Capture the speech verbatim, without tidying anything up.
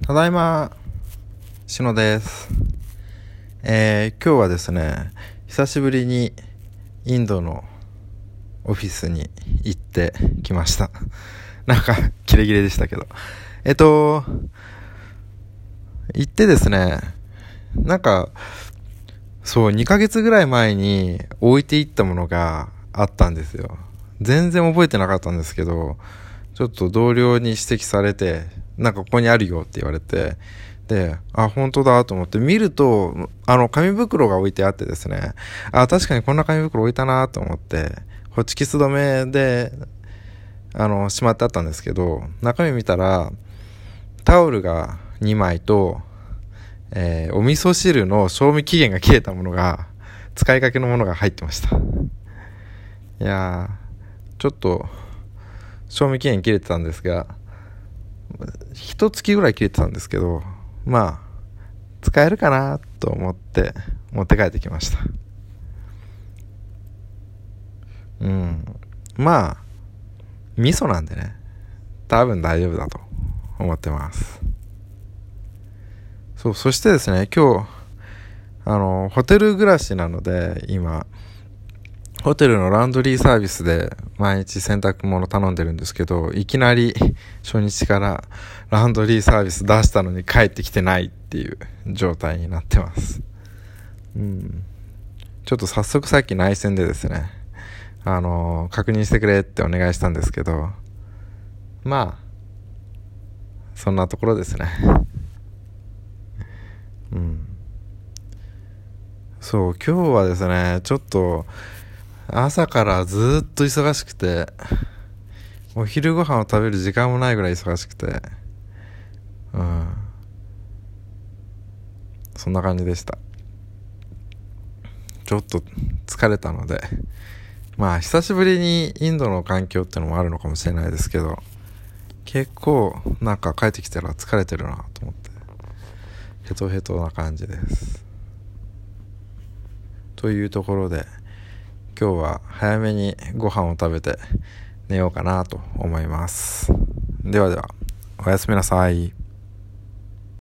ただいま、しのです。えー、今日はですね、久しぶりにインドのオフィスに行ってきました。なんかキレキレでしたけど、えっと行ってですね、なんかそうにかげつぐらい前に置いていったものがあったんですよ。全然覚えてなかったんですけど、ちょっと同僚に指摘されて、なんかここにあるよって言われて、で、あ、本当だと思って見ると、あの紙袋が置いてあってですね、あ、確かにこんな紙袋置いたなと思って、ホチキス止めであのしまってあったんですけど、中身見たらタオルがにまいと、えー、お味噌汁の賞味期限が切れたものが、使いかけのものが入ってました。いやー、ちょっと賞味期限切れてたんですが、一月ぐらい切れてたんですけど、まあ使えるかなと思って持って帰ってきました。うん、まあ味噌なんでね、多分大丈夫だと思ってます。そう、そしてですね、今日あのホテル暮らしなので、今ホテルのランドリーサービスで毎日洗濯物頼んでるんですけど、いきなり初日からランドリーサービス出したのに帰ってきてないっていう状態になってます。うん、ちょっと早速さっき内線でですね、あのー、確認してくれってお願いしたんですけど、まあそんなところですね。うん、そう、今日はですね、ちょっと朝からずっと忙しくて、お昼ご飯を食べる時間もないぐらい忙しくて、うん、そんな感じでした。ちょっと疲れたので、まあ久しぶりにインドの環境ってのもあるのかもしれないですけど、結構なんか帰ってきたら疲れてるなと思って、ヘトヘトな感じです。というところで、今日は早めにご飯を食べて寝ようかなと思います。ではでは、おやすみなさい。